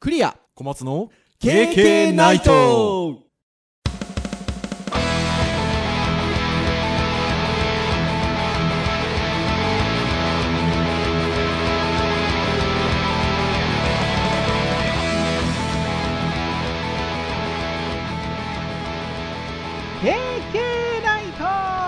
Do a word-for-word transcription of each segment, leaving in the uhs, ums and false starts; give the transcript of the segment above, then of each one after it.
クリア小松のケーケー ナイト。 ケーケー ナイト。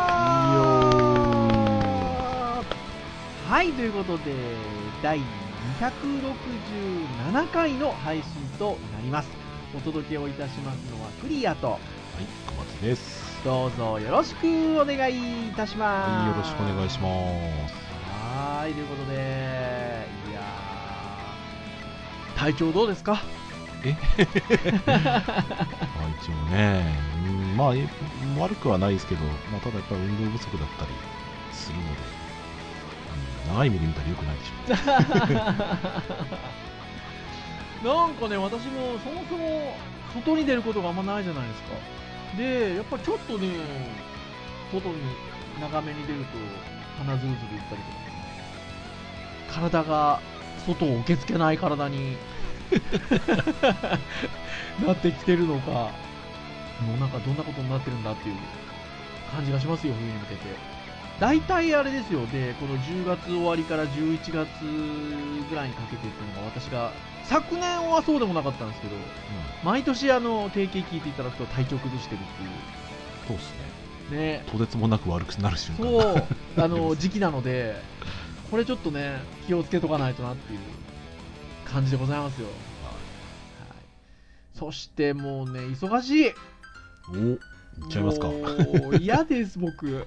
はい、ということでだいにひゃくろくじゅうななかいの配信となります。お届けをいたしますのはクリアと、 はい、小松です。 どうぞよろしくお願いいたします。 はい、よろしくお願いします。 はい、ということで、いやー、体調どうですか？ えまあ一応ね、うん、まあえ悪くはないですけど、まあ、ただやっぱり運動不足だったりするので、うん、長い目で見たら良くないでしょなんかね、私もそもそも外に出ることがあんまないじゃないですか。で、やっぱりちょっとね、外に長めに出ると鼻ずるずるいったりとか、体が外を受け付けない体になってきてるのか、もうなんかどんなことになってるんだっていう感じがしますよ、冬に向けて。大体あれですよ。で、このじゅうがつ終わりからじゅういちがつぐらいにかけてっていうのが、私が昨年はそうでもなかったんですけど、うん、毎年あの定型聞いていただくと体調崩してるっていう。 そうですね。 ね、 とてつもなく悪くなる瞬間そうあの時期なので、これちょっとね気をつけとかないとなっていう感じでございますよ。はい、そしてもうね忙しい。 お、いっちゃいますか。 もう嫌です僕。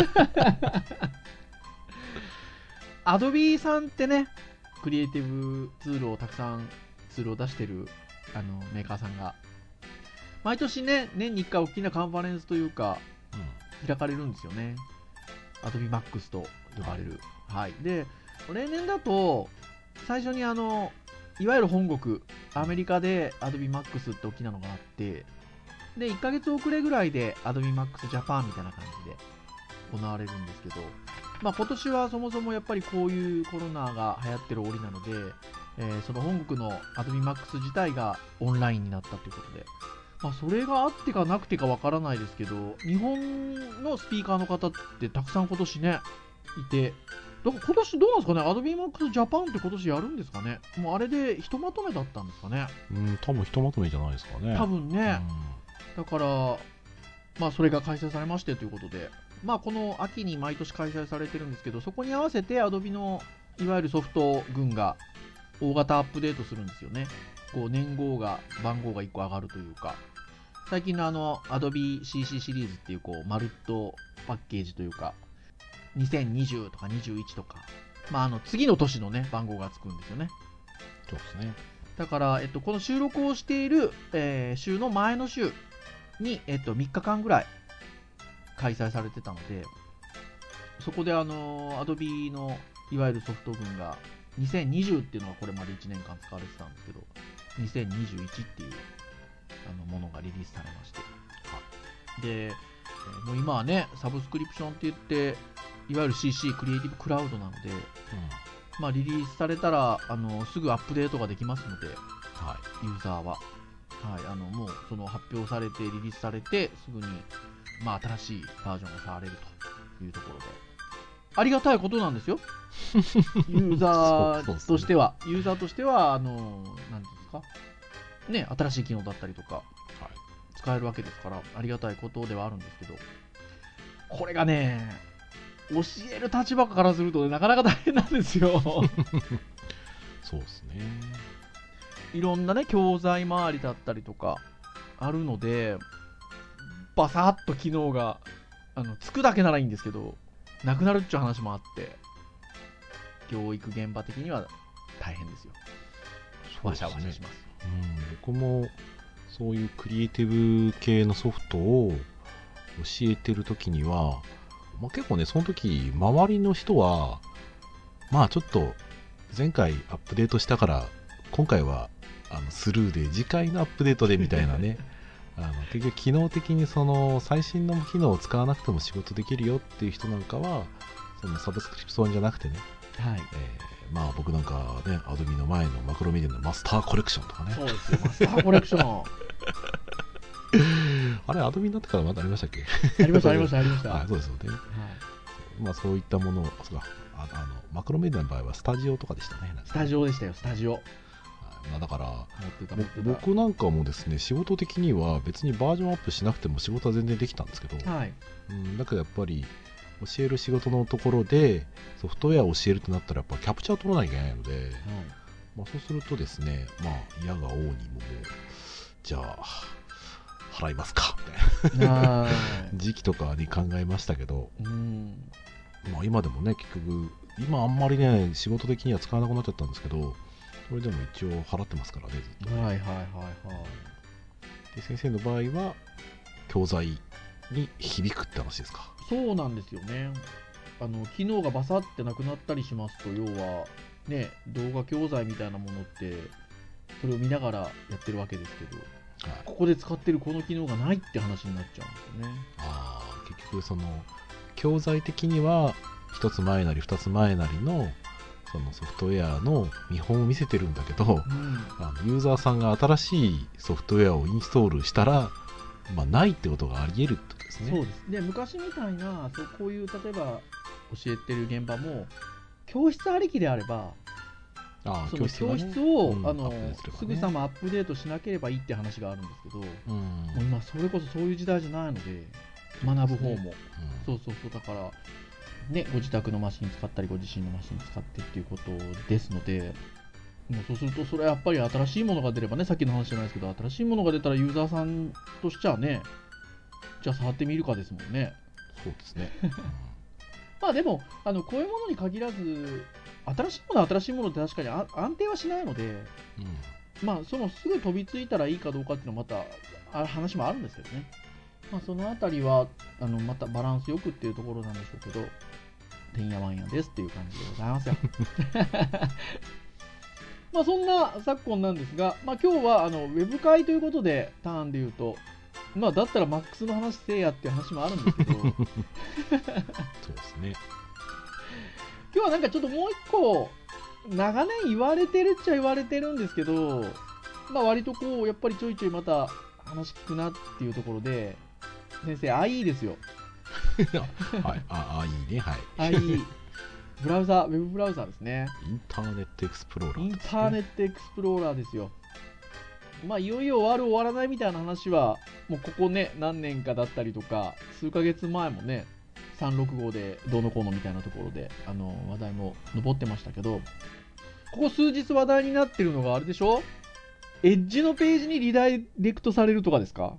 アドビさんってね、クリエイティブツールをたくさんツールを出してるあのメーカーさんが毎年ね、年にいっかい大きなカンファレンスというか、うん、開かれるんですよね。アドビマックスと呼ばれる。はい。で、例年だと最初にあのいわゆる本国アメリカでアドビマックスって大きなのがあって、でいっかげつ遅れぐらいでアドビマックスジャパンみたいな感じで行われるんですけど、まあ、今年はそもそもやっぱりこういうコロナが流行ってる折なので、えー、その本国の Adobe Max 自体がオンラインになったということで、まあ、それがあってかなくてかわからないですけど、日本のスピーカーの方ってたくさん今年ねいて、だから今年どうなんですかね、Adobe Max Japan って今年やるんですかね。もうあれでひとまとめだったんですかね。 うん、多分ひとまとめじゃないですかね。 多分ね、うん、だからまあそれが開催されましてということで、まあこの秋に毎年開催されてるんですけど、そこに合わせて Adobe のいわゆるソフト群が大型アップデートするんですよね。こう年号が番号がいっこ上がるというか、最近のあの Adobe シーシー シリーズっていうこうまるっとパッケージというか、にせんにじゅうとかにじゅういちとか、まああの次の年のね番号がつくんですよね。 そうですね。 だから、えっと、この収録をしている、えー、週の前の週に、えっと、みっかかんぐらい開催されてたので、そこであの Adobe のいわゆるソフト群がにせんにじゅうっていうのがこれまでいちねんかん使われてたんですけど、にせんにじゅういちっていうあのものがリリースされまして、で、えー、もう今はねサブスクリプションって言っていわゆる シーシー クリエイティブクラウドなので、うん、まあ、リリースされたらあのすぐアップデートができますので、はい、ユーザーは、はい、あのもうその発表されてリリースされてすぐに、まあ、新しいバージョンが触れるというところでありがたいことなんですよ。ユーザーとしてはユーザーとしてはあの何ですかね、新しい機能だったりとか、はい、使えるわけですからありがたいことではあるんですけど、これがね教える立場からすると、ね、なかなか大変なんですよ。 そうですね。 いろんなね教材周りだったりとかあるので、バサッと機能があのつくだけならいいんですけど、なくなるっちゅう話もあって、教育現場的には大変ですよ。わしゃわしゃします。 うん、僕もそういうクリエイティブ系のソフトを教えてるときには、まあ、結構ねその時周りの人はまあちょっと前回アップデートしたから今回はあのスルーで次回のアップデートでみたいなねあの結局機能的にその最新の機能を使わなくても仕事できるよっていう人なんかはそのサブスクリプションじゃなくてね、はい、えまあ僕なんかね、アドビの前のマクロメディアのマスターコレクションとかね。 そうですよ、マスターコレクション。 あれ、アドビになってからまたありましたっけ？ ありました、ありました、ありました。 はい、そうですよね。 はい、 まあそういったもの、そうか、ああのマクロメディアの場合はスタジオとかでしたね。 スタジオでしたよ、スタジオ。 まあ、だから持ってた持ってた僕なんかもですね、仕事的には別にバージョンアップしなくても仕事は全然できたんですけど、 はい、 うん、だけどやっぱり教える仕事のところでソフトウェアを教えるとなったらやっぱキャプチャー取らなきゃいけないので、 はい、 まあ、そうするとですね、まあ嫌が王にももうじゃあ払いますかみたいな時期とかに考えましたけど、 うん、 まあ、今でもね、結局今あんまりね仕事的には使わなくなっちゃったんですけど、それでも一応払ってますからね、ずっと。 はいはいはいはい。 で先生の場合は教材に響くって話ですか？ そうなんですよね。あの機能がバサってなくなったりしますと、要はね、動画教材みたいなものってそれを見ながらやってるわけですけど、はい、ここで使ってるこの機能がないって話になっちゃうんですよね。ああ、結局その教材的には一つ前なり二つ前なりのそのソフトウェアの見本を見せてるんだけど、うん、あのユーザーさんが新しいソフトウェアをインストールしたら、まあ、ないってことがあり得るってことですね。 そうです。で、昔みたいなそうこういう例えば教えてる現場も教室ありきであれば、 ああ、 その教室を、うん、あの、ね、すぐさまアップデートしなければいいって話があるんですけど、うん、もう今それこそそういう時代じゃないので、学ぶ方も、うん、そうそうそう、だからね、ご自宅のマシン使ったりご自身のマシン使ってっていうことですので、もうそうするとそれはやっぱり新しいものが出ればね、さっきの話じゃないですけど、新しいものが出たらユーザーさんとしちゃね、じゃあ触ってみるかですもんね。 そうですね。 まあでもあのこういうものに限らず、新しいものは新しいものって確かに安定はしないので、うん、まあそのすぐ飛びついたらいいかどうかっていうのはまた話もあるんですけどね。まあ、そのあたりはあのまたバランスよくっていうところなんでしょうけど、てんやわんやですっていう感じでございますよ。まあそんな昨今なんですが、まあ、今日はあのウェブ会ということで、ターンで言うと、まあだったらマックスの話せえやっていう話もあるんですけどそうですね。 今日はなんかちょっともう一個長年言われてるっちゃ言われてるんですけど、まあ割とこうやっぱりちょいちょいまた話聞くなっていうところで、先生 アイイー ですよ。 はい、あ、アイイー ね、はい。 アイイー ブラウザー、ウェブブラウザーですね。 インターネットエクスプローラー、ね、 インターネットエクスプローラーですよ。まあいよいよ終わる終わらないみたいな話はもうここね何年かだったりとか、数ヶ月前もねさんろくごでどうのこうのみたいなところであの話題も上ってましたけど、ここ数日話題になってるのがあれでしょ、エッジのページにリダイレクトされるとかですか？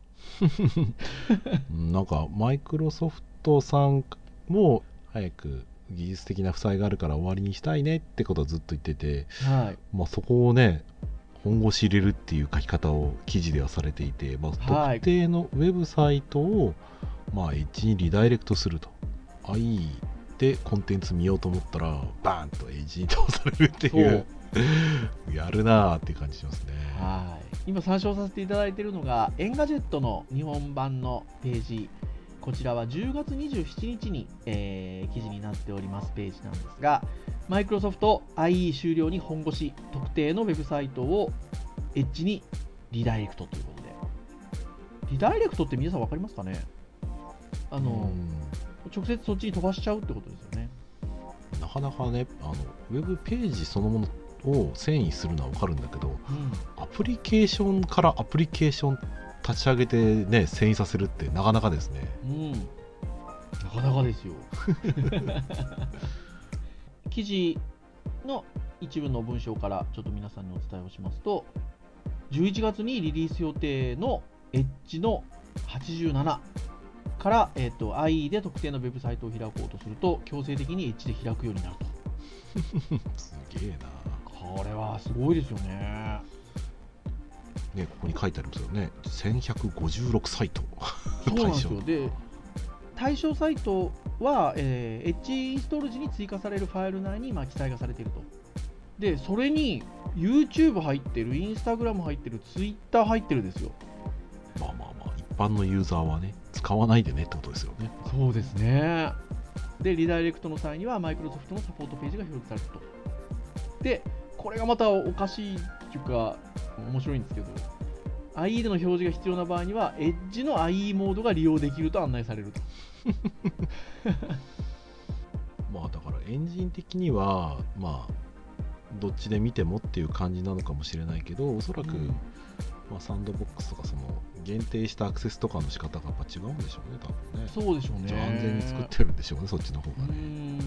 なんかマイクロソフトさんも早く技術的な負債があるから終わりにしたいねってことをずっと言ってて、はい、まあ、そこをね本腰入れるっていう書き方を記事ではされていて、まあ、特定のウェブサイトを、まあ、エッジにリダイレクトすると、 アイイー でコンテンツ見ようと思ったらバーンとエッジに通されるっていうやるなーっていう感じしますね。 はい、今参照させていただいているのがエンガジェットの日本版のページ、こちらはじゅうがつにじゅうしちにちに、えー、記事になっておりますページなんですが、マイクロソフト アイイー 終了に本腰、特定のウェブサイトをエッジにリダイレクトということで、リダイレクトって皆さん分かりますかね？あの直接そっちに飛ばしちゃうってことですよね。 なかなかね、あのウェブページそのものを遷移するのは分かるんだけど、うん、アプリケーションからアプリケーション立ち上げてね遷移させるってなかなかですね。 うん、なかなかですよ。記事の一部の文章からちょっと皆さんにお伝えをしますと、じゅういちがつにリリース予定のエッジのはちじゅうななから、えーと、アイイー で特定のウェブサイトを開こうとすると強制的にエッジで開くようになると。 すげえな。 これはすごいですよね。 ね、ここに書いてありますよね。せんひゃくごじゅうろくサイト。 そうなんですよ。で、対象サイトは、えー、エッジインストール時に追加されるファイル内に、まあ、記載がされていると。で、それに YouTube 入ってる、Instagram 入ってる、Twitter 入ってるですよ。 まあまあまあ、一般のユーザーはね、使わないでねってことですよね。 そうですね。で、リダイレクトの際にはマイクロソフトのサポートページが表示されると。 でこれがまたおかしいっていうか面白いんですけど、 アイイー での表示が必要な場合には Edge の アイイー モードが利用できると案内されるとまあだからエンジン的にはまあどっちで見てもっていう感じなのかもしれないけど、おそらく、 うんまあ、サンドボックスとかその限定したアクセスとかの仕方がやっぱ違うんでしょうね、多分ね。 そうでしょうね。 一番安全に作ってるんでしょうね、そっちの方がうーね。 ん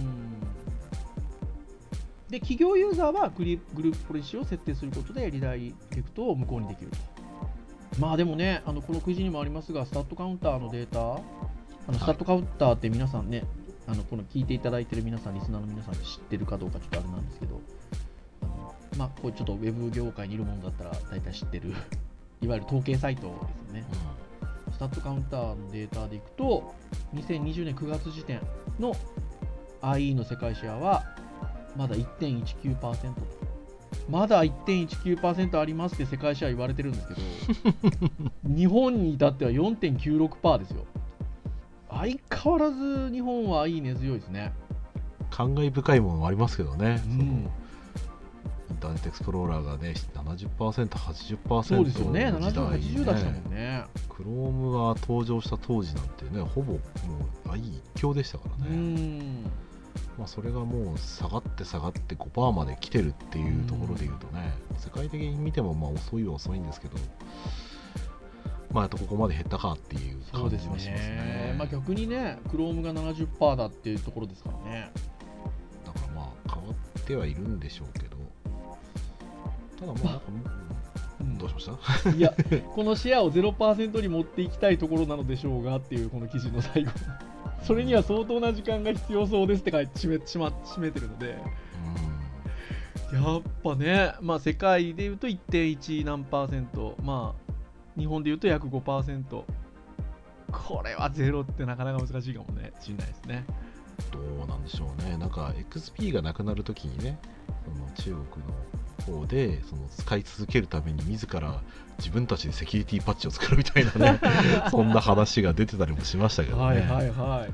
で企業ユーザーはグリグループポリシーを設定することでリダイレクトを無効にできると。まあでもね、あのこの記事にもありますが、スタットカウンターのデータ、あのスタットカウンターって皆さんね、あのこの聞いていただいている皆さん、リスナーの皆さん知ってるかどうかちょっとあれなんですけど、あのまあこうちょっとウェブ業界にいるものだったら大体知ってるいわゆる統計サイトですよね。スタットカウンターのデータでいくと、にせんにじゅうねんくがつ時点の アイイー の世界シェアはまだ いってんいちきゅうパーセント と。まだ いってんいちきゅうパーセント ありますって世界シェア言われてるんですけど日本に至っては よんてんきゅうろくパーセント ですよ。相変わらず日本はいい根強いですね。 感慨深いものもありますけどね、 うん、 そのインターネットエクスプローラーがね ななじゅっパーセント、はちじゅっパーセントそうですよね。 の時代ななじゅう、はちじゅう出したもね、 んね。 クロームが登場した当時なんてね、ほぼもういい一強でしたからうね。 んまあ、それがもう下がって下がって ごパーセント まで来てるっていうところでいうとね、世界的に見てもまあ遅いは遅いんですけど、まあ、やっとここまで減ったかっていう感じはしますね。 そうですね。まあ、逆にね、クロームが ななじゅっパーセント だっていうところですからね。 だからまあ変わってはいるんでしょうけど、ただまあなんかもう、 うんどうしましたいや、このシェアを ゼロパーセント に持っていきたいところなのでしょうがっていうこの記事の最後それには相当な時間が必要そうですって書いて締め、締ま、締めてるので、やっぱね、まあ、世界でいうと いってんいち 何パーセント、まあ、日本でいうと約 ごパーセント、これはゼロってなかなか難しいかもね、しんないですね。 どうなんでしょうね。なんか エックスピー がなくなるときにね、その中国の方でその使い続けるために自ら自分たちでセキュリティパッチを作るみたいなねそんな話が出てたりもしましたけどね。 はいはいはい。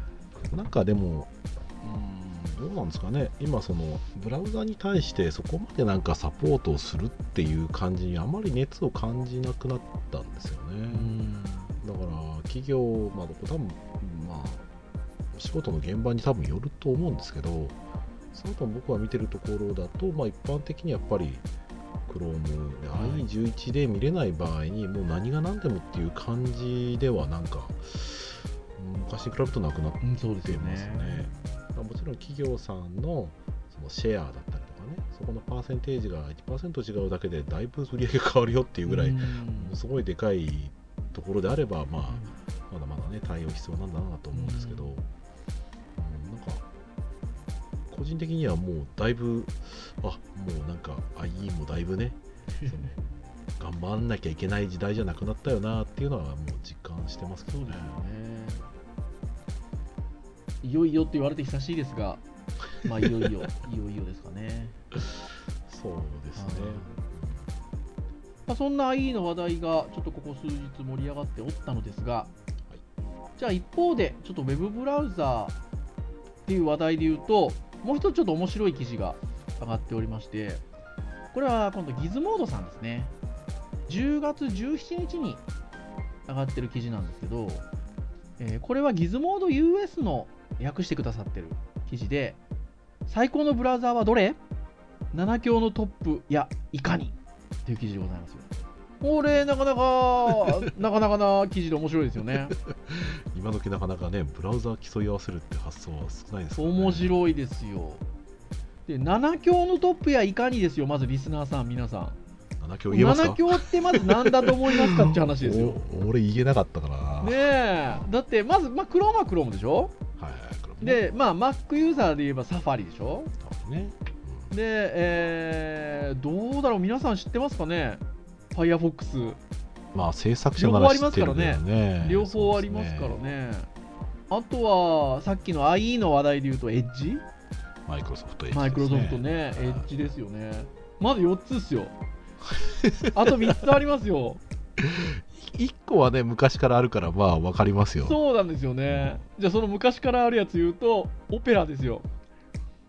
なんかでもうーんどうなんですかね、今そのブラウザに対してそこまでなんかサポートをするっていう感じにあまり熱を感じなくなったんですよね。 うんだから企業、まあ、多分まあお仕事の現場に多分よると思うんですけど、その他僕が見てるところだと、まあ、一般的にやっぱり Chrome で アイイーじゅういち で見れない場合にもう何が何でもっていう感じではなんか昔に比べるとなくなってうん、そうですよますね。 ね。 まあもちろん企業さんのそのシェアだったりとかね、そこのパーセンテージが いちパーセント 違うだけでだいぶ売り上げ変わるよっていうぐらい、 うんもうすごいでかいところであれば、まあ、まだまだね対応必要なんだなと思うんですけど、うん、なんか個人的にはもうだいぶあもうなんか アイイー もだいぶねその頑張んなきゃいけない時代じゃなくなったよなっていうのはもう実感してますけどね。 そうですよね。いよいよって言われて久しいですが、まあいよいよいよいよですかね。 そうですね。 まあ、そんな アイイー の話題がちょっとここ数日盛り上がっておったのですが、じゃあ一方でちょっとウェブブラウザーっていう話題で言うと、もう一つちょっと面白い記事が上がっておりまして、これは今度ギズモードさんですね。じゅうがつじゅうしちにちに上がってる記事なんですけど、えーこれはギズモード ユーエス の訳してくださってる記事で、最高のブラウザーはどれ ?なな 強のトップやいかにっていう記事でございますよ。これなかなかなかなかな記事で面白いですよね。 今時なかなかねブラウザー競い合わせるって発想は少ないですからね。 面白いですよ。でなな強のトップやいかにですよ。まずリスナーさん皆さん、 なな強言えますか。 なな強ってまず何だと思いますかって話ですよ。 お俺言えなかったからねえ、だってまず、まあ、クロームはクロームでしょ。 はいはい、 で、まあ Mac ユーザーで言えばサファリでしょ。 ね、 で、えー、どうだろう、皆さん知ってますかね、Firefox。 まあ制作者なら知ってるけどね。 両方ありますからね。あとは、さっきの アイイー の話題で言うと、Edge。 マイクロソフト Edge ですね。 マイクロソフトね、Edge ですよね。まずよっつですよ。あとみっつありますよ。 いっこはね、昔からあるから、まあ分かりますよ。 そうなんですよね。じゃあ、その昔からあるやつ言うと、オペラですよ。 オ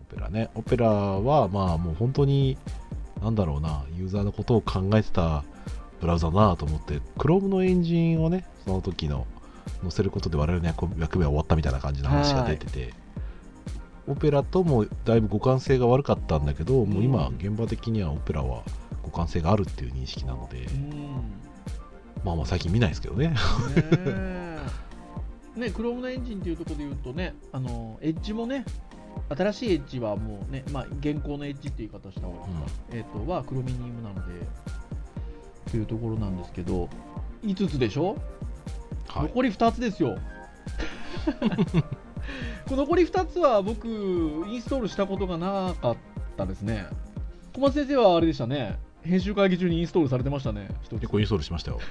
オペラね。オペラはまあもう本当になんだろうな、ユーザーのことを考えてたブラウザだなと思って、Chrome のエンジンをね、その時の載せることで我々の役役目は終わったみたいな感じの話が出てて、オペラともだいぶ互換性が悪かったんだけど、もう今現場的にはオペラは互換性があるっていう認識なので、うん、まあまあ最近見ないですけどね。ねね、Chrome のエンジンっていうところで言うとね、あのエッジもね、新しいエッジはもうね、まあ、現行のエッジっていう言い方した方がいいか、うん、えー、とはクロミニウムなのでというところなんですけど、いつつでしょ、はい、残りふたつですよ。この残りふたつは僕インストールしたことがなかったですね。小松先生はあれでしたね、編集会議中にインストールされてましたね。 結構インストールしましたよ。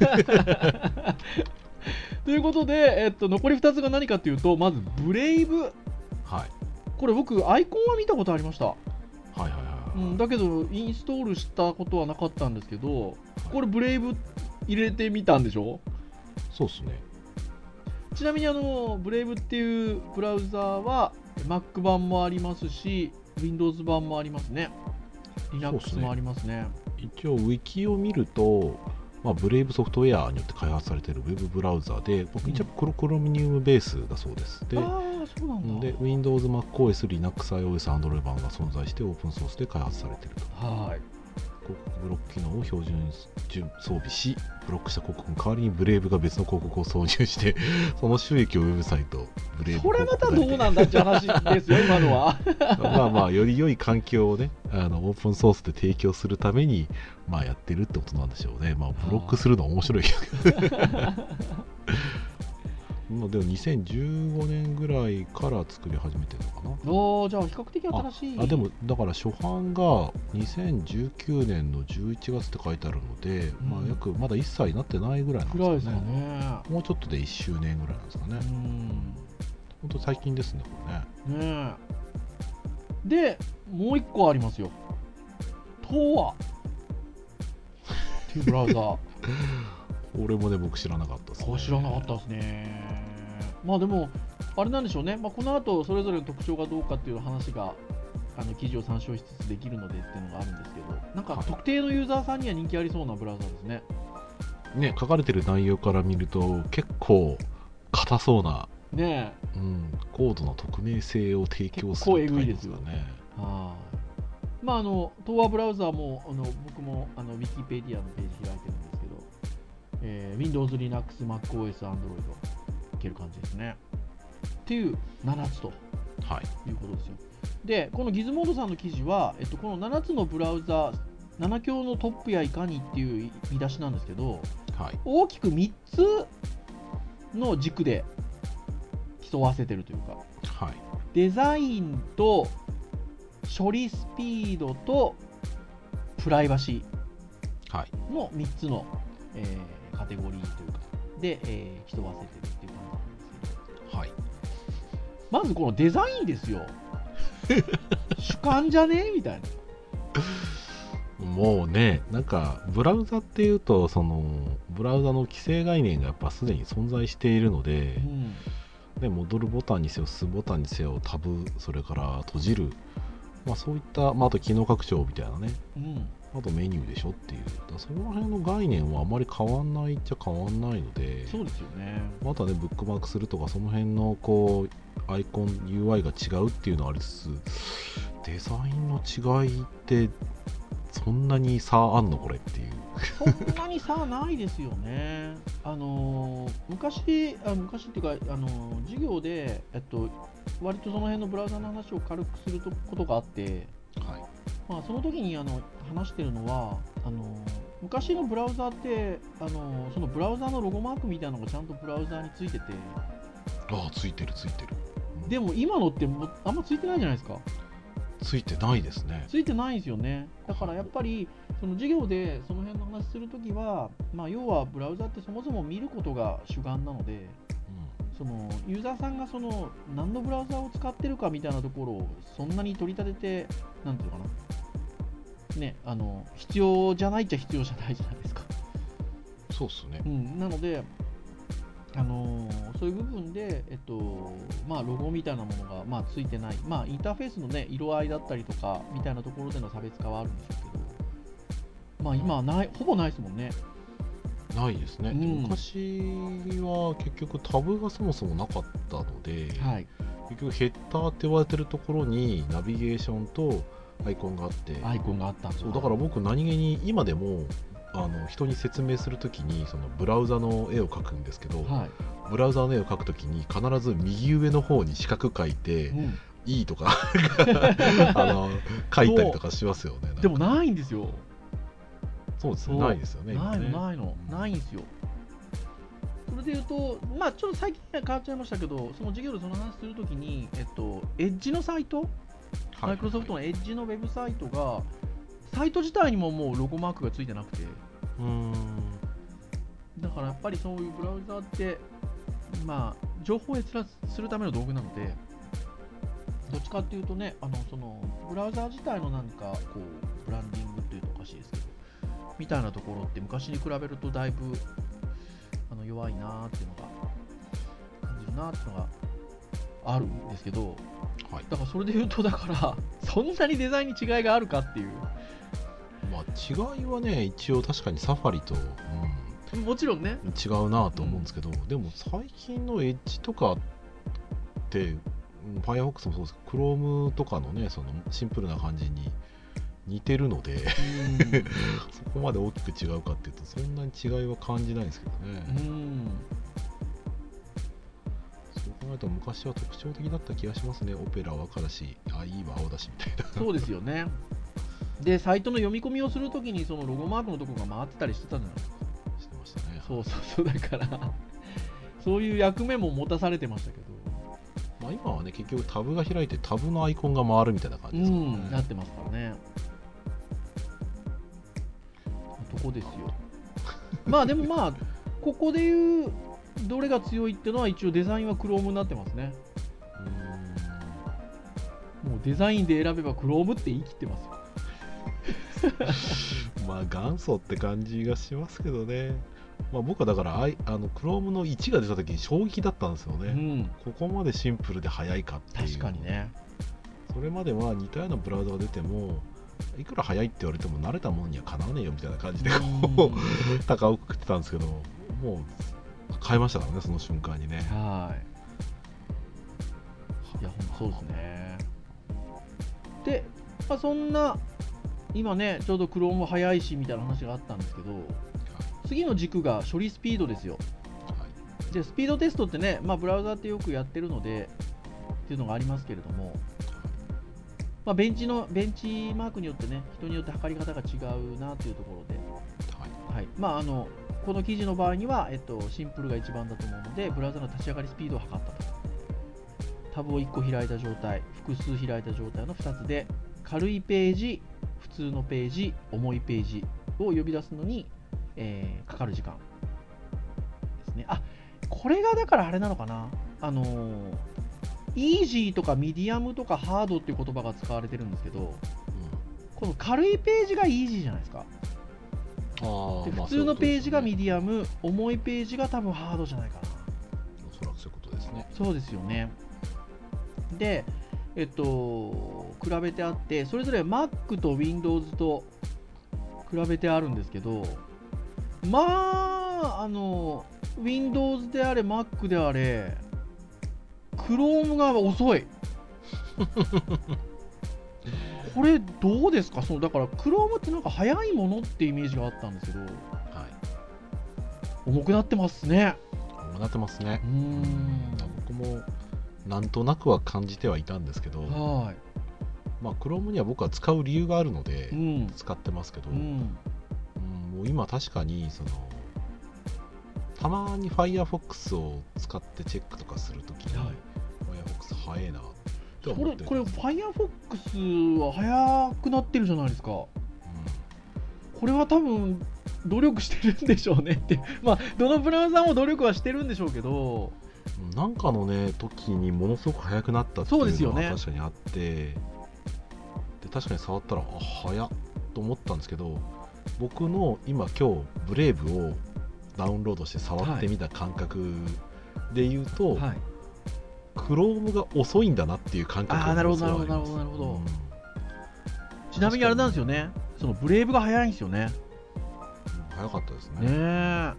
ということで、えっと、残りふたつが何かというと、まずブレイブ、はい、これ僕アイコンは見たことありました。はいはいはい、うん、だけどインストールしたことはなかったんですけど、これブレイブ入れてみたんでしょ。 そうですね。 ちなみにあのブレイブっていうブラウザーは Mac 版もありますし Windows 版もありますね。 Linux もありますね。 一応ウィキを見ると、まあ、ブレイブソフトウェアによって開発されているウェブブラウザーで、僕一応クロクロミニウムベースだそうです。で、 あそうなんだ。 で Windows、MacOS、Linux、iOS、Android 版が存在してオープンソースで開発されていると。はい。広告ブロック機能を標準装備し、ブロックした広告の代わりにブレイブが別の広告を挿入して、その収益をウェブサイト、ブレイブこれまたどうなんだって話ですよ、今のは。 まあまあ、より良い環境をね、あのオープンソースで提供するために、まあ、やってるってことなんでしょうね。まあ、ブロックするのは面白いけど。まあでもにせんじゅうごねんぐらいから作り始めてるのかな。 おー、じゃあ比較的新しい。 ああでもだから初版がにせんじゅうきゅうねんのじゅういちがつって書いてあるので、うん、まあ約まだいっさいになってないぐらいなんですかね。ね、もうちょっとでいっしゅうねんぐらいなんですかね。うん、ほんと最近ですね、これね。ねでもう一個ありますよ。トアっていうブラウザー。 俺もね、僕知らなかったですね。 知らなかったですね。まあでもあれなんでしょうね、まあ、この後それぞれの特徴がどうかっていう話があの記事を参照しつつできるのでっていうのがあるんですけど、なんか特定のユーザーさんには人気ありそうなブラウザーですね。 ね、書かれてる内容から見ると結構硬そうな、 ねえ、うん、高度な匿名性を提供するって感じですかね。はあ、まああの東亜ブラウザーもあの僕もあのウィキペディアのページ開いてるんですけど、えー、Windows、Linux、MacOS、Android いける感じですね。っていうななつと、はい、いうことですよ。で、このギズモードさんの記事は、えっと、このななつのブラウザ、なな強のトップやいかにっていう見出しなんですけど、はい、大きくみっつの軸で競わせてるというか、はい、デザインと処理スピードとプライバシーのみっつの、えー、カテゴリーというかで、えー、競わせてるっていう感じなんですけど、はい、まずこのデザインですよ。主観じゃねみたいな。もうね、なんかブラウザっていうと、そのブラウザの規制概念がやっぱすでに存在しているので、うん、で戻るボタンにせよ進むボタンにせよタブ、それから閉じる、まあ、そういった、まあ、あと機能拡張みたいなね、うん、あとメニューでしょっていう、だその辺の概念はあまり変わんないっちゃ変わんないので、 そうですよね。 またね、ブックマークするとかその辺のこうアイコン ユーアイ が違うっていうのはありつつ、デザインの違いってそんなに差あんのこれっていう。 そんなに差ないですよね。あのー、昔あ昔っていうか、あのー、授業で、えっと、割とその辺のブラウザの話を軽くすることがあって、はい、まあ、その時にあの話してるのは、あのー、昔のブラウザってあのー、そのブラウザのロゴマークみたいなのがちゃんとブラウザについてて、 ああ、ついてるついてる、 うん、でも今のってもあんまついてないじゃないですか。 ついてないですね。 ついてないんですよね。だからやっぱりその授業でその辺の話するときは、まあ、要はブラウザってそもそも見ることが主眼なので、うん、そのユーザーさんがその何のブラウザを使ってるかみたいなところをそんなに取り立てて、なんていうのかな、ね、あの必要じゃないっちゃ必要じゃないじゃないですか。 そうっすね。 うん、なのであのーそういう部分で、えっとまあ、ロゴみたいなものが、まあ、ついてない、まあ、インターフェースの、ね、色合いだったりとかみたいなところでの差別化はあるんでしょうけど、まあ、今はないほぼないですもんね。 ないですね、 うん、 昔は結局タブがそもそもなかったので、 はい、 結局ヘッダーって言われてるところにナビゲーションとアイコンがあって、 アイコンがあったんです。 そうだから僕何気に今でもあの人に説明するときにそのブラウザの絵を描くんですけど、 はい、 ブラウザの絵を描くときに必ず右上の方に四角描いて、 うん、 いいとかあの書いたりとかしますよね。 でもないんですよ。 そうですね、ないですよね。 ないの、 今ねないの、ないんですよ。それでいうと、まあ、ちょっと最近は変わっちゃいましたけど、その授業でその話するときに、えっと、エッジのサイト、マイクロソフトのエッジのウェブサイトが、サイト自体にももうロゴマークがついてなくて、 うーんだからやっぱりそういうブラウザって、まあ、情報を閲覧するための道具なので、どっちかっていうとね、あのそのブラウザ自体のなんかこうブランディングっていうとおかしいですけど、みたいなところって昔に比べるとだいぶあの弱いなーっていうのが感じるなーっていうのがあるんですけど、 はい、 だからそれで言うと、だからそんなにデザインに違いがあるかっていう。 まあ、違いはね一応確かにサファリと、うん、 もちろんね違うなと思うんですけど、うん、でも最近のエッジとかってFirefox もそうですけど Chrome とかのねそのシンプルな感じに似てるのでそこまで大きく違うかっていうとそんなに違いは感じないんですけどね。 うんそう考えると昔は特徴的だった気がしますね。オペラは赤だし、あいいは青だしみたいな。 そうですよね。でサイトの読み込みをするときにそのロゴマークのところが回ってたりしてたじゃないですか。 してましたね。 そうそうそう、だからそういう役目も持たされてましたけど、 まあ、今はね結局タブが開いてタブのアイコンが回るみたいな感じですからね、 うん、なってますからね。とこですよ。まあでもまあここでいうどれが強いっていうのは一応デザインは Chrome になってますね。 うもうデザインで選べば Chrome って言い切ってますよ。 ーんまあ元祖って感じがしますけどね。まあ、僕はだからあいあの Chrome のいちが出た時に衝撃だったんですよね、 うん、 ここまでシンプルで速いかっていう。 確かにね。それまでは似たようなブラウザが出てもいくら速いって言われても慣れたものにはかなわねえよみたいな感じでこう高をくくってたんですけど、もう変えましたからねその瞬間にね。 はい。いや本当そうですね。で、まあ、そんな今ねちょうど Chrome 速いしみたいな話があったんですけど、次の軸が処理スピードですよ。でスピードテストってね、まあ、ブラウザってよくやってるのでっていうのがありますけれども、まあ、ベンチのベンチマークによってね人によって測り方が違うなというところで、はいはい、まああのこの記事の場合には、えっと、シンプルが一番だと思うのでブラウザの立ち上がりスピードを測ったと。タブをいっこ開いた状態、複数開いた状態のふたつで軽いページ、普通のページ、重いページを呼び出すのにえー、かかる時間ですね。あ、これがだからあれなのかな、あのー、イージーとかミディアムとかハードっていう言葉が使われてるんですけど、うん、この軽いページがイージーじゃないですか。あで普通のページがミディアム、まあね、重いページが多分ハードじゃないかな。 おそらくそういうことですね。 そうですよね。で、えっと比べてあって、それぞれ Mac と Windows と比べてあるんですけど、まあ、あの Windows であれ Mac であれ Chrome が遅いこれどうですか。そのだから Chrome ってなんか速いものってイメージがあったんですけど、はい、重くなってますね。 重くなってますね。 うーん僕もなんとなくは感じてはいたんですけど、はい、まあ Chrome には僕は使う理由があるので使ってますけど、うんもう今確かにそのたまに Firefox を使ってチェックとかするときに、はい、Firefox 早いなって思ってる。 これこれ Firefox は早くなってるじゃないですか、うん、これは多分努力してるんでしょうねってまあどのブラウザも努力はしてるんでしょうけど、 なんかのね時にものすごく早くなったっていうのは確かにあって、で確かに触ったらあ早っと思ったんですけど、僕の今今日ブレイブをダウンロードして触ってみた感覚で言うと、 はい、 Chrome が遅いんだなっていう感覚がああなるほすごいあります。 どなるほどなるほどなるほど、 うんちなみにあれなんですよね、そのブレイブが早いんですよね。 早かったですね。 ねえ、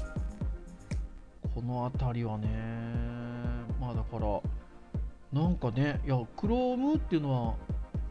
この辺りはね、まあだからなんかね、いや Chrome っていうのは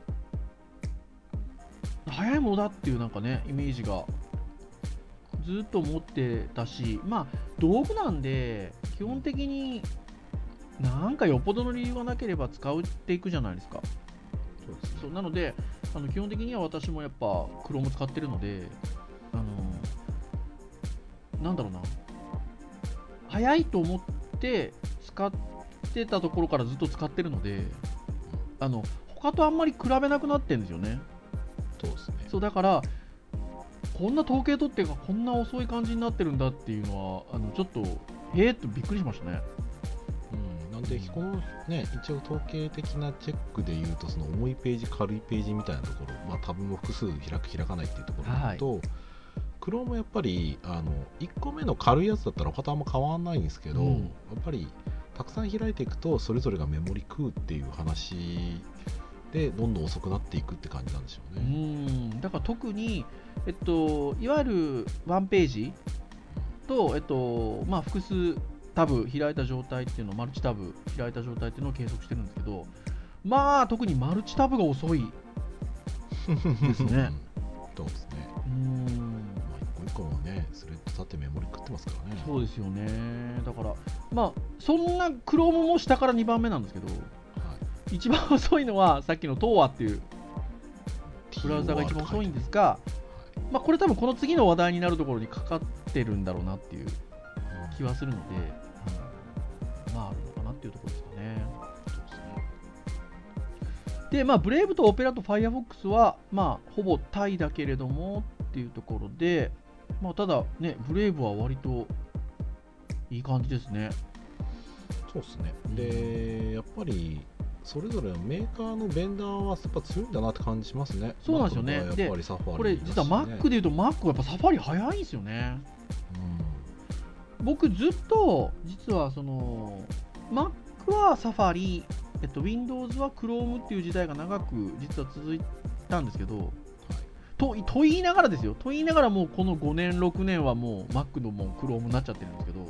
早いものだっていうなんかねイメージがずっと持ってたし、まあ道具なんで基本的になんかよっぽどの理由がなければ使っていくじゃないですか。 そうですね。 そうなのであの基本的には私もやっぱ Chrome 使ってるので、あのなんだろうな、早いと思って使ってたところからずっと使ってるので、あの他とあんまり比べなくなってるんですよね。 そうですね。 そうだからこんな統計取ってがこんな遅い感じになってるんだっていうのはあのちょっとへえっとびっくりしましたね。 うん、なんでこのね一応統計的なチェックでいうとその重いページ軽いページみたいなところ、まあタブも複数開く開かないっていうところだと、はい、Chrome もやっぱりあのいっこめの軽いやつだったら他とあんま変わらないんですけど、うん、やっぱりたくさん開いていくとそれぞれがメモリ食うっていう話でどんどん遅くなっていくって感じなんでしょうね。 うん、だから特に、えっと、いわゆるワンページと、えっとまあ、複数タブ開いた状態っていうのをマルチタブ開いた状態っていうのを計測してるんですけど、まあ特にマルチタブが遅いですね。 そうですね。 うん、 まあ、一個一個のねスレッド立ってメモリ食ってますからね。 そうですよね。だからまあそんな Chrome も下からにばんめなんですけど、一番遅いのはさっきの ティーオーエー っていうブラウザが一番遅いんですが、まあ、これ多分この次の話題になるところにかかってるんだろうなっていう気はするので、うん、まああるのかなっていうところですかね。そうですね。でまあブレイブとオペラと Firefox はまあほぼタイだけれどもっていうところで、まあ、ただねブレイブは割といい感じですね。 そうですね。でやっぱりそれぞれのメーカーのベンダーはやっぱ強いんだなって感じしますね。 そうなんですよね。 やっぱりサファリ、ね、 これ実は Mac でいうと Mac はやっぱサファリ早いんですよね。うん、僕ずっと実はその Mac はサファリ、えっと、Windows は Chrome っていう時代が長く実は続いたんですけど、はい、と, と言いながらですよ。と言いながらもうこのごねんろくねんはもう Mac のもう Chrome になっちゃってるんですけど、はい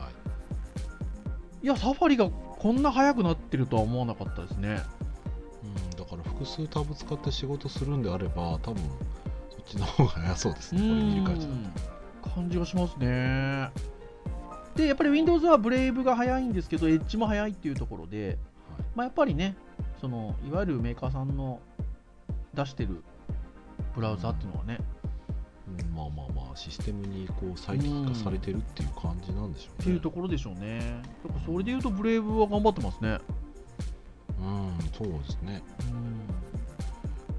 、いやサファリがこんな早くなってるとは思わなかったですね。 うん、だから複数タブ使って仕事するんであれば多分そっちの方が早そうですね。これ見る感じだと感じがしますね。でやっぱり Windows はブレイブが早いんですけどエッジも早いっていうところで、はい、まあ、やっぱりねそのいわゆるメーカーさんの出してるブラウザっていうのはね、 うんうん、まあまあまあシステムにこう最適化されてるっていう感じなんでしょうね。 っていうところでしょうね。だからそれでいうとブレイブは頑張ってますね。 うん、そうですね。うん、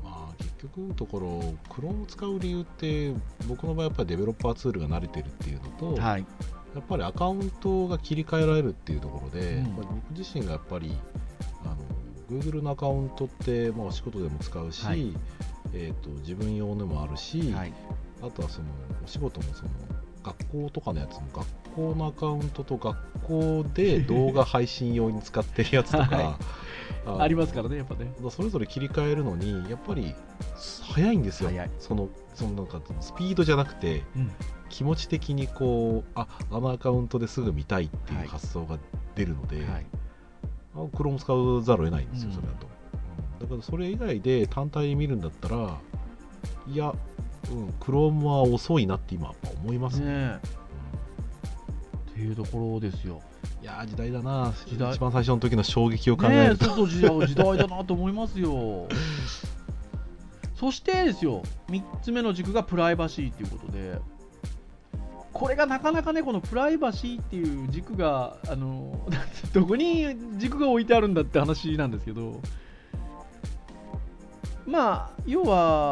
まあ結局のところ Chrome を使う理由って僕の場合やっぱりデベロッパーツールが慣れてるっていうのと、はい、やっぱりアカウントが切り替えられるっていうところで、うん、僕自身がやっぱりあの Google のアカウントって、まあ、お仕事でも使うし、はい、えーと、自分用でもあるし、はい、あとはそのお仕事もその学校とかのやつも学校のアカウントと学校で動画配信用に使ってるやつとか、はい、 あ, ありますからね。やっぱねそれぞれ切り替えるのにやっぱり早いんですよ。そのそのなんかスピードじゃなくて、うん、気持ち的にこう あ, あのアカウントですぐ見たいっていう発想が出るので、はい、あ Chrome 使うざるを得ないんですよ、うん、それだと、うん、だからそれ以外で単体で見るんだったらいや、うん、Chrome は遅いなって今思いますね、ね、うん、 っていうところですよ。 いや時代だな。時代一番最初の時の衝撃を考えると、 ね、そうそう時代、時代だなと思いますよそしてですよみっつめの軸がプライバシーということで、これがなかなかねこのプライバシーっていう軸があのどこに軸が置いてあるんだって話なんですけど、まあ要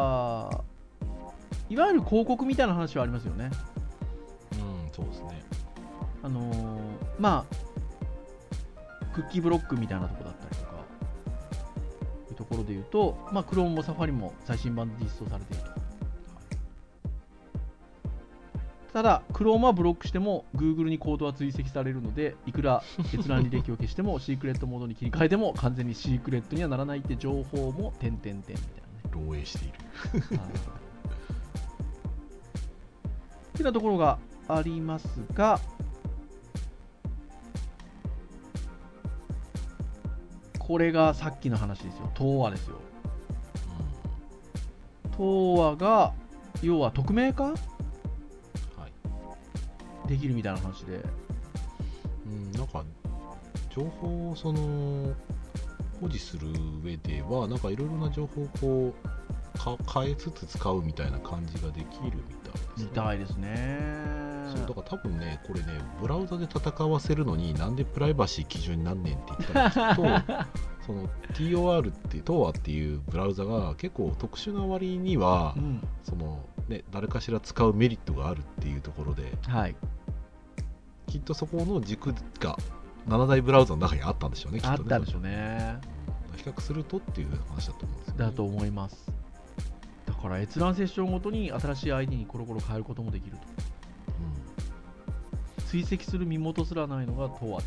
はいわゆる広告みたいな話はありますよね。 うん、そうですね。 あのー、まあクッキーブロックみたいなところだったりとかいうところで言うと、まあ Chrome も Safari も最新版で実装されていると。 ただ Chrome はブロックしても Google にコードは追跡されるので、いくら閲覧履歴を消してもシークレットモードに切り替えても完全にシークレットにはならないって情報も点々点みたいなね。 漏洩しているってなところがありますが、これがさっきの話ですよ。東和ですよ。東和が要は匿名化、はい、できるみたいな話で、 うん、なんか情報をその保持する上ではなんかいろいろな情報をこうか変えつつ使うみたいな感じができるみたいですね。みたいですね。 そうだから多分ねこれねブラウザで戦わせるのになんでプライバシー基準になんねんって言ったらきっとその ティーオーアール って東和っていうブラウザが結構特殊な割には、うん、そのね誰かしら使うメリットがあるっていうところで、はい、きっとそこの軸がなな大ブラウザの中にあったんでしょうね。きっとねあったんでしょうね。 比較するとっていう話だと思うんですよね。 だと思います。だから閲覧セッションごとに新しい アイディー にコロコロ変えることもできると、うん、追跡する身元すらないのが東和です。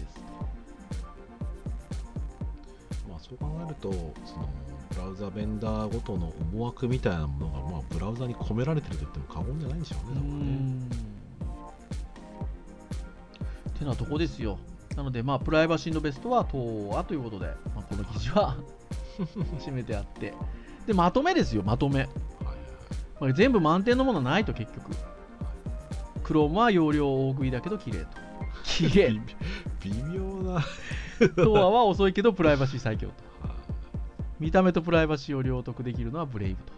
まあそう考えるとそのブラウザベンダーごとの思惑みたいなものがまあブラウザに込められてると言っても過言じゃないんでしょうね。うーんってなとこですよ。なのでまあプライバシーのベストは東和ということで、まあ、この記事は締めてあって、でまとめですよ。まとめ、はいはいはい、全部満点のものはないと。結局 Chrome は容量大食いだけど綺麗と綺麗微妙な東和は遅いけどプライバシー最強と見た目とプライバシーを両得できるのはブレイブと。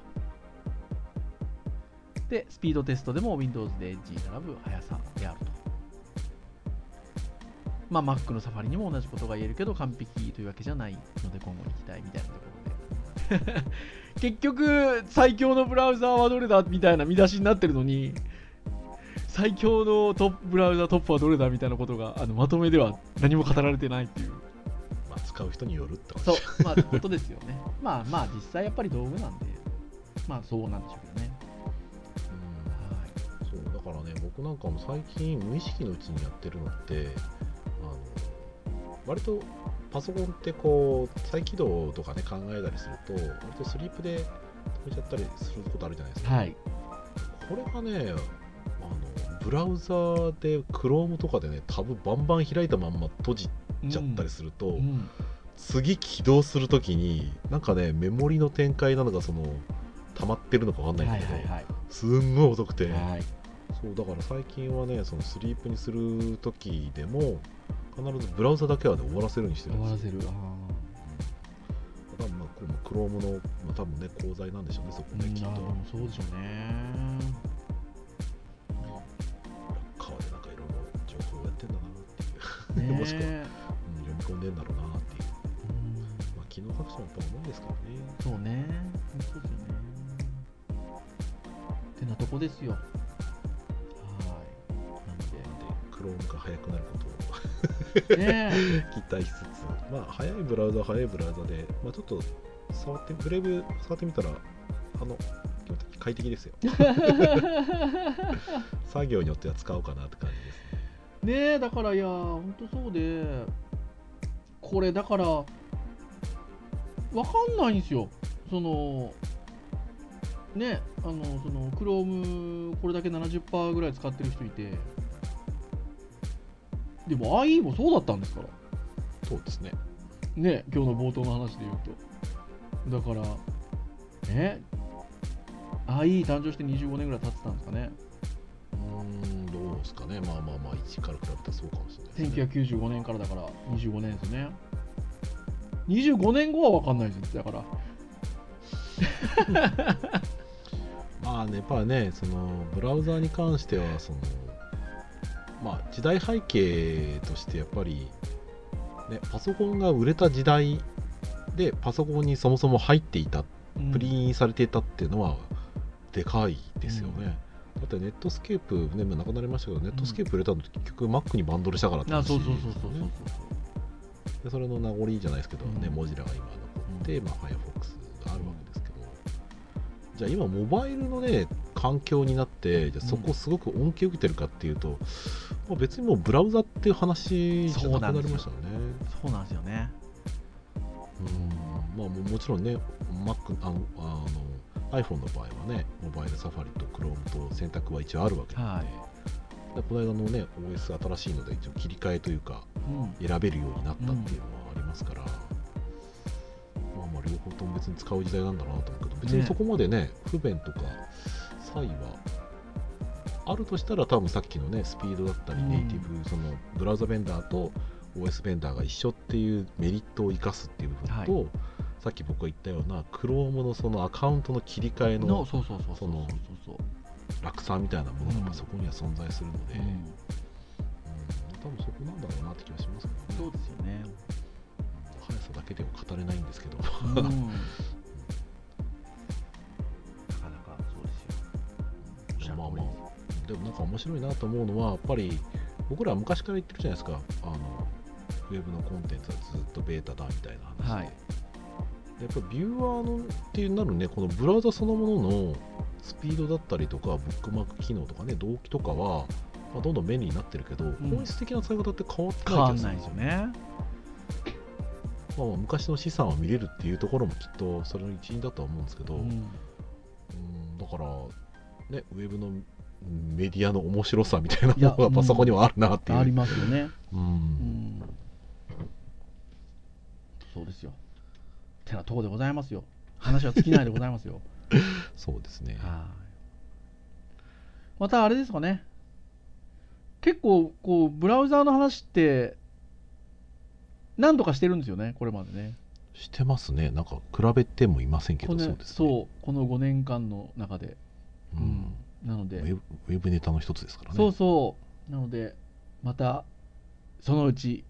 でスピードテストでも Windows で Edge に並ぶ速さであると。まあ Mac のサファリにも同じことが言えるけど完璧というわけじゃないので今後に期待みたいなところで結局最強のブラウザーはどれだみたいな見出しになってるのに、最強のトップブラウザトップはどれだみたいなことがあのまとめでは何も語られてないっていう。 まあ使う人によるってことそうまあことですよね。まあまあ実際やっぱり道具なんでまあそうなんでしょうけどね。 うん、はい、そうだからね僕なんかも最近無意識のうちにやってるのってあの割とパソコンってこう再起動とかね考えたりすると割とスリープで止めちゃったりすることあるじゃないですか。はい、これがねあのブラウザで Chrome とかでねタブバンバン開いたまんま閉じちゃったりすると、うんうん、次起動するときになんかねメモリの展開なのかその溜まってるのかわかんないんだけど、はいはいはい、すんごい遅くて、はい、そうだから最近はねそのスリープにするときでも必ずブラウザだけは、ね、終わらせるようにしてるんですよ。終わらせる。あ、うん、まあこの Chrome の、まあ、多分ね功罪なんでしょうねそこね、うん、きっと。 そうでしょうね。 川でなんかいろいろ情報をやってんだなっていう、ね、もしくは、うん、読み込んでんだろうなっていう、うんまあ、機能拡張やっぱ思うんですからね。 そうね、そうですよね。ってなとこですよ。はい。 なので Chrome が速くなることをね期待しつつ、まあ速いブラウザは速いブラウザで、まあ、ちょっと触ってブレイブ触ってみたらあの基本的に快適ですよ作業によっては使おうかなって感じですね。ねえだからいや本当そうで、これだからわかんないんですよ。そのねあのその Chrome これだけ ななじゅっパーセント ぐらい使ってる人いて、でも アイイー もそうだったんですから。 そうですね。 ね今日の冒頭の話で言うと、だからね アイイー 誕生してにじゅうごねんぐらい経ってたんですかね。 うーんどうですかね。まあまあまあいちから比べたらそうかもしれないですね。 せんきゅうひゃくきゅうじゅうごねんからだからにじゅうごねんですね。にじゅうごねんごは分かんないですだからまあねやっぱりねそのブラウザーに関してはそのまあ時代背景としてやっぱりねパソコンが売れた時代でパソコンにそもそも入っていた、うん、プリインされていたっていうのはでかいですよね、うん、だってネットスケープねもうなくなりましたけど、ネットスケープ売れたのって結局 Mac にバンドルしたからって話ですよね。でそれの名残じゃないですけどね、うん、モジラが今残って、うんまあ、Firefox があるわけですけど、じゃあ今モバイルのね環境になってじゃあそこすごく恩恵を受けてるかっていうと、うんまあ、別にもうブラウザっていう話じゃなくなりましたよね。 そうなんですよね。 うんまあ、もちろんね Mac あのあの iPhone の場合はねモバイルサファリと Chrome と選択は一応あるわけなので、はい、でこの間のね オーエス 新しいので一応切り替えというか、うん、選べるようになったっていうのはありますから、うんまあ、まあ両方とも別に使う時代なんだなと思うけど別にそこまでね、ね不便とか差異はあるとしたら多分さっきのねスピードだったりネイティブ、うん、そのブラウザベンダーと オーエス ベンダーが一緒っていうメリットを生かすっていう部分と、はい、さっき僕が言ったような Chrome のそのアカウントの切り替えの楽さみたいなものがそこには存在するので、うんうん、多分そこなんだろうなって気がしますけどね。 そうですよね。 速さだけでは語れないんですけど、 うん、なかなかそうですよ。 まあまあでもなんか面白いなと思うのはやっぱり僕らは昔から言ってるじゃないですか、あのウェブのコンテンツはずっとベータだみたいな話で、はい、やっぱりビューアーのっていうなるねこのブラウザそのもののスピードだったりとかブックマーク機能とかね同期とかは、まあ、どんどん便利になってるけど、うん、本質的な使い方って変わってない変わんないですよね。 まあ、まあ昔の資産を見れるっていうところもきっとそれの一因だとは思うんですけど、うん、うんだからねウェブのメディアの面白さみたいなものがやっぱそこにはあるなっていう、 ありますよね、 うんうん、 そうですよてなとこでございますよ。話は尽きないでございますよそうですね。 またあれですかね、結構こうブラウザーの話って何度かしてるんですよねこれまでね。 してますね。なんか比べてもいませんけど、そうですね。 そうこのごねんかんの中で、 うん、 なのでウェブ、ウェブネタの一つですからね。 そうそうなのでまたそのうち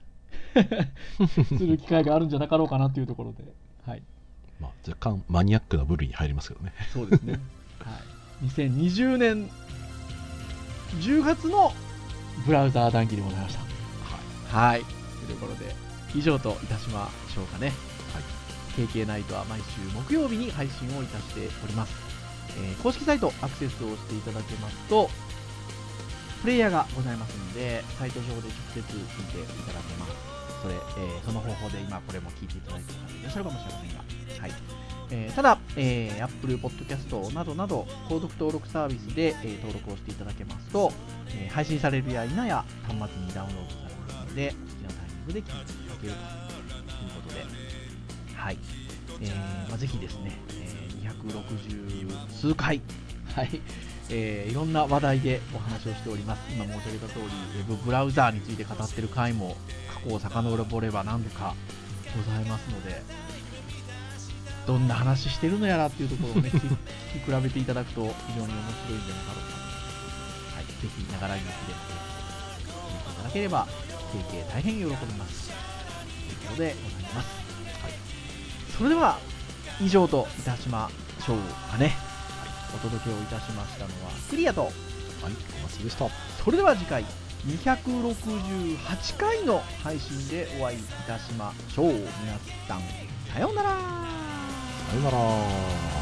する機会があるんじゃなかろうかなというところで、はいまあ、若干マニアックな部類に入りますけどね。 そうですね、はい、にせんにじゅうねんじゅうがつのブラウザー談義でございました。はい、はい、というところで以上といたしましょうかね。はい、ケーケー ナイトは毎週木曜日に配信をいたしております。えー、公式サイトアクセスをしていただけますとプレイヤーがございますのでサイト上で直接聞いていただけます。それ、えー、その方法で今これも聞いていただいている方いらっしゃるかもしれませんが、はいえー、ただ、えー、Apple Podcast などなど購読登録サービスで、えー、登録をしていただけますと、えー、配信されるや否や端末にダウンロードされますのでお好きなタイミングで聞いていただけるということで、はいえーまあ、ぜひですね、えー、にひゃくろくじゅうすうかい、はいえー、いろんな話題でお話をしております。今申し上げた通りウェブブラウザーについて語っている回も過去を遡れば何度かございますのでどんな話してるのやらっていうところをね聞き比べていただくと非常に面白いんじゃなかろうかと、はい、ぜひながら聞きで聞いていただければケーケー大変喜びますということでございます。はい、それでは以上といたしましょうかね。お届けをいたしましたのはクリアと、はい、 お待ちでした。 それでは次回にひゃくろくじゅうはちかいの配信でお会いいたしましょう。皆さんさようなら。 さようなら。